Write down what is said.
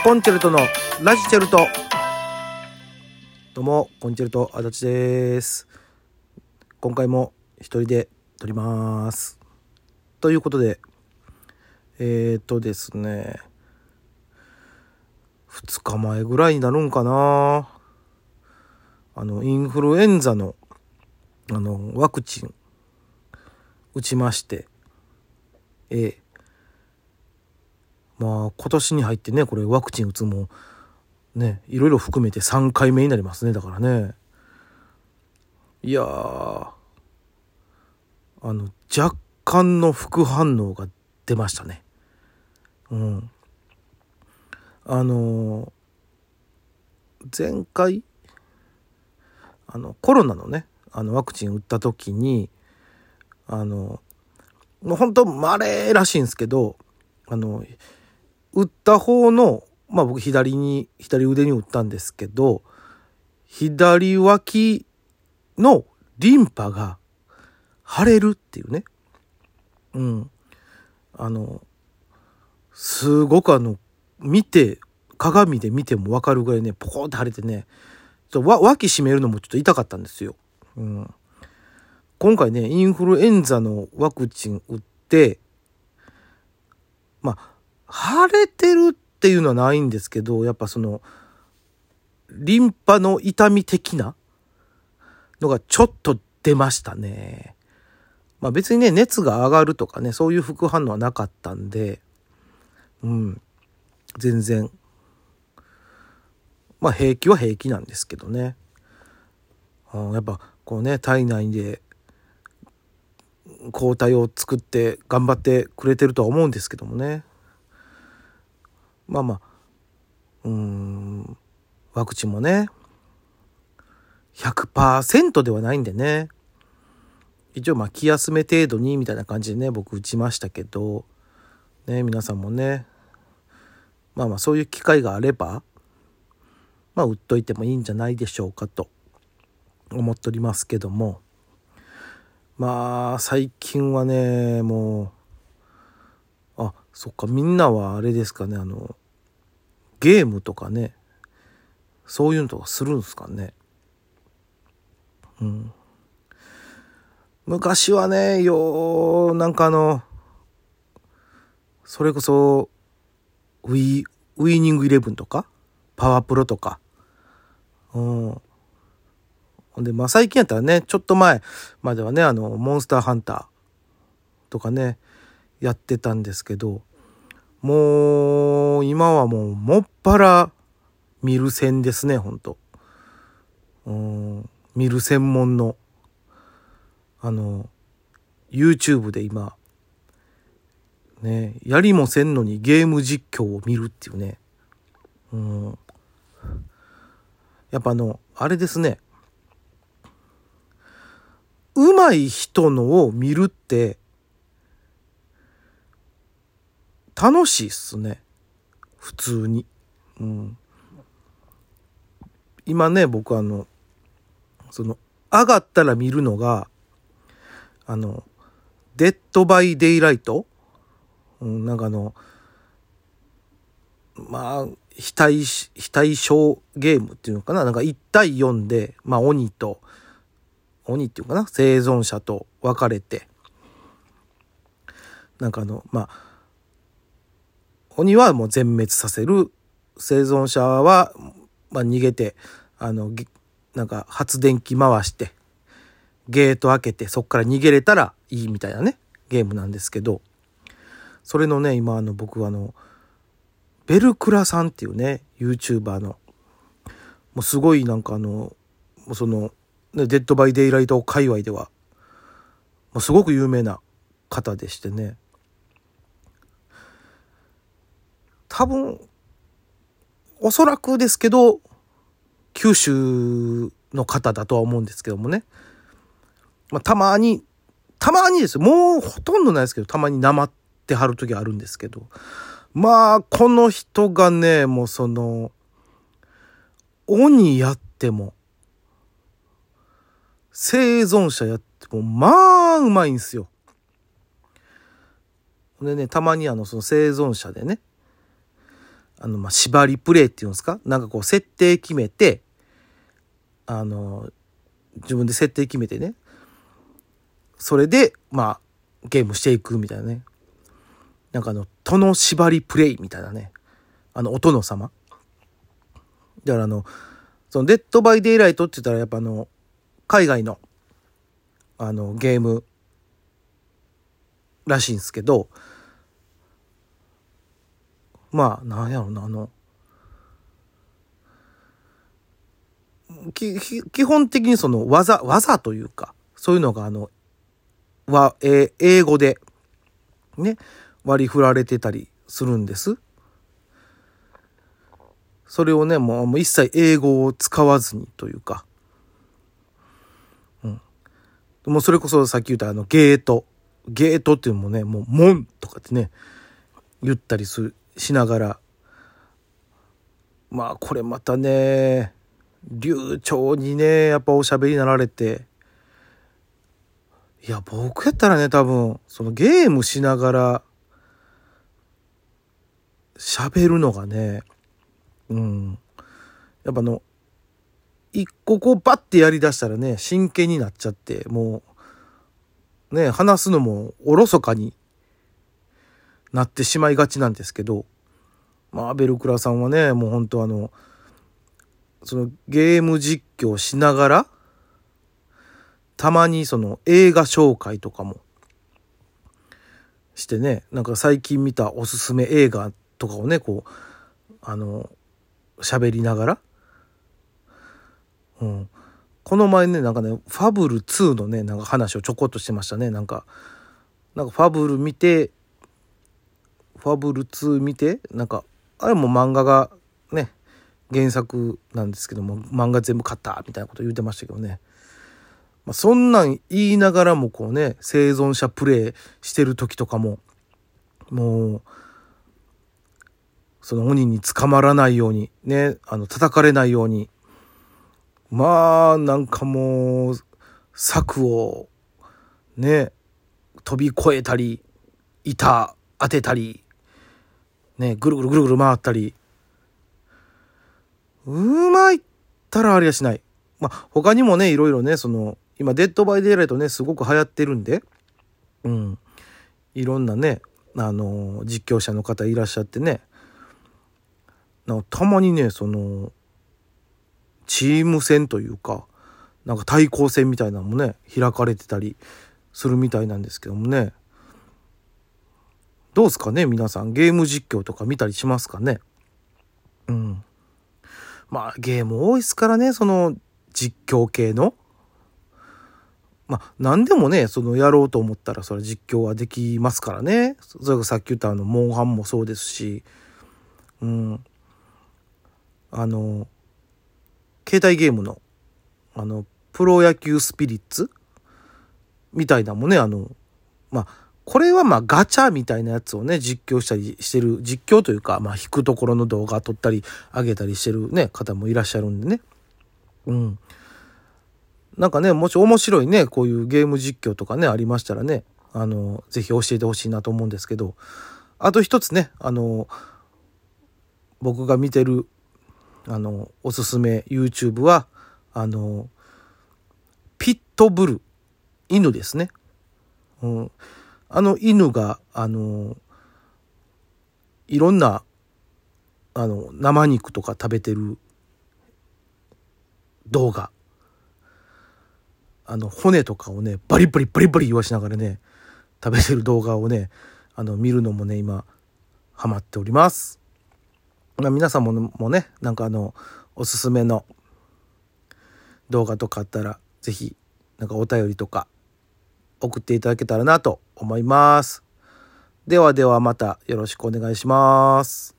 コンチェルトのラジチェルト。どうもコンチェルト足立です。今回も一人で撮りますということでですね2日前ぐらいになるんかな、インフルエンザのワクチン打ちまして、まあ今年に入ってね、これワクチン打つもね、いろいろ含めて3回目になりますね。だからね、いやー、若干の副反応が出ましたね。前回コロナのねワクチン打った時にもう本当まれらしいんですけど、打った方の僕左腕に打ったんですけど、左脇のリンパが腫れるっていうね。すごく鏡で見ても分かるぐらいね、ポコーって腫れてね、脇締めるのもちょっと痛かったんですよ。今回ね、インフルエンザのワクチン打って、腫れてるっていうのはないんですけど、やっぱリンパの痛み的なのがちょっと出ましたね。別にね、熱が上がるとかね、そういう副反応はなかったんで、全然平気は平気なんですけどね。やっぱこうね、体内で抗体を作って頑張ってくれてるとは思うんですけどもね。ワクチンもね 100% ではないんでね、一応気休め程度にみたいな感じでね、僕打ちましたけどね、皆さんもねそういう機会があれば打っといてもいいんじゃないでしょうかと思っておりますけども、最近はね、もうそっか、みんなはあれですかね、ゲームとかね、そういうのとかするんですかね。昔はね、それこそウイニングイレブンとかパワープロとか、で最近やったらね、ちょっと前まではね、モンスターハンターとかねやってたんですけど、もう今はもっぱら見る専ですね。ほんと見る専門のYouTube で今ね、やりもせんのにゲーム実況を見るっていうね。やっぱあれですね、上手い人のを見るって楽しいっすね、普通に。今ね、僕上がったら見るのがデッドバイデイライト、非対称ゲームっていうのかな、1対4で鬼っていうかな、生存者と分かれて、鬼はもう全滅させる、生存者は逃げて発電機回してゲート開けて、そっから逃げれたらいいみたいなねゲームなんですけど、それのね、今僕ベルクラさんっていうね YouTuber の、もうすごいデッドバイデイライト界隈ではもうすごく有名な方でしてね、多分おそらくですけど九州の方だとは思うんですけどもね、たまにですよ、もうほとんどないですけど、たまになまってはる時あるんですけど、この人がね、もう鬼やっても生存者やってもうまいんですよ。でね、たまにその生存者でね、 縛りプレイっていうんですか、なんかこう設定決めて、自分で設定決めてね、それでゲームしていくみたいなね、なんか殿縛りプレイみたいなね、お殿様だからそのデッドバイデイライトって言ったらやっぱ海外のゲームらしいんですけど、なんやろな、基本的にその技というか、そういうのが英語でね、割り振られてたりするんです。それをね、もう一切英語を使わずにというか、もうそれこそさっき言ったゲートっていうのもね、もう門とかってね、言ったりしながら、これまたね、流暢にね、やっぱおしゃべりになられて、いや、僕やったらね、多分、そのゲームしながら、喋るのがね、やっぱ一個こうバッてやりだしたらね、真剣になっちゃって、もう、ね、話すのもおろそかになってしまいがちなんですけど、ベルクラさんはね、もう本当そのゲーム実況しながら、たまにその映画紹介とかもしてね、なんか最近見たおすすめ映画とかをね、こう、喋りながら、この前ね、なんかね、ファブル2のね、なんか話をちょこっとしてましたね。なんかファブル2見て、なんか、あれも漫画がね、原作なんですけども、漫画全部買ったみたいなこと言ってましたけどね。そんなん言いながらもこうね、生存者プレイしてる時とかも、もう、その鬼に捕まらないように、ね、叩かれないように、なんかもう、柵を、ね、飛び越えたり、板当てたり、ね、ぐるぐる回ったり、ったらありゃしない。他にもね、いろいろね、今、デッドバイデイライトね、すごく流行ってるんで、いろんなね、実況者の方いらっしゃってね、たまにね、チーム戦というか、なんか対抗戦みたいなのもね、開かれてたりするみたいなんですけどもね、どうですかね、皆さん、ゲーム実況とか見たりしますかね。ゲーム多いですからね、その実況系の。何でもね、やろうと思ったら、それ実況はできますからね。それがさっき言ったモンハンもそうですし、携帯ゲームの、プロ野球スピリッツみたいなもね、これはガチャみたいなやつをね、実況したりしてる、実況というか、引くところの動画撮ったり、上げたりしてるね、方もいらっしゃるんでね。なんかね、もし面白いね、こういうゲーム実況とかね、ありましたらね、ぜひ教えてほしいなと思うんですけど、あと一つね、僕が見てる、おすすめ YouTube は、ピットブル、犬ですね。犬が、いろんな、生肉とか食べてる動画。骨とかをね、バリバリ言わしながらね、食べてる動画をね、見るのもね、今、ハマっております。皆さんもね、なんかおすすめの動画とかあったら、ぜひ、なんかお便りとか送っていただけたらなと思います。ではまたよろしくお願いします。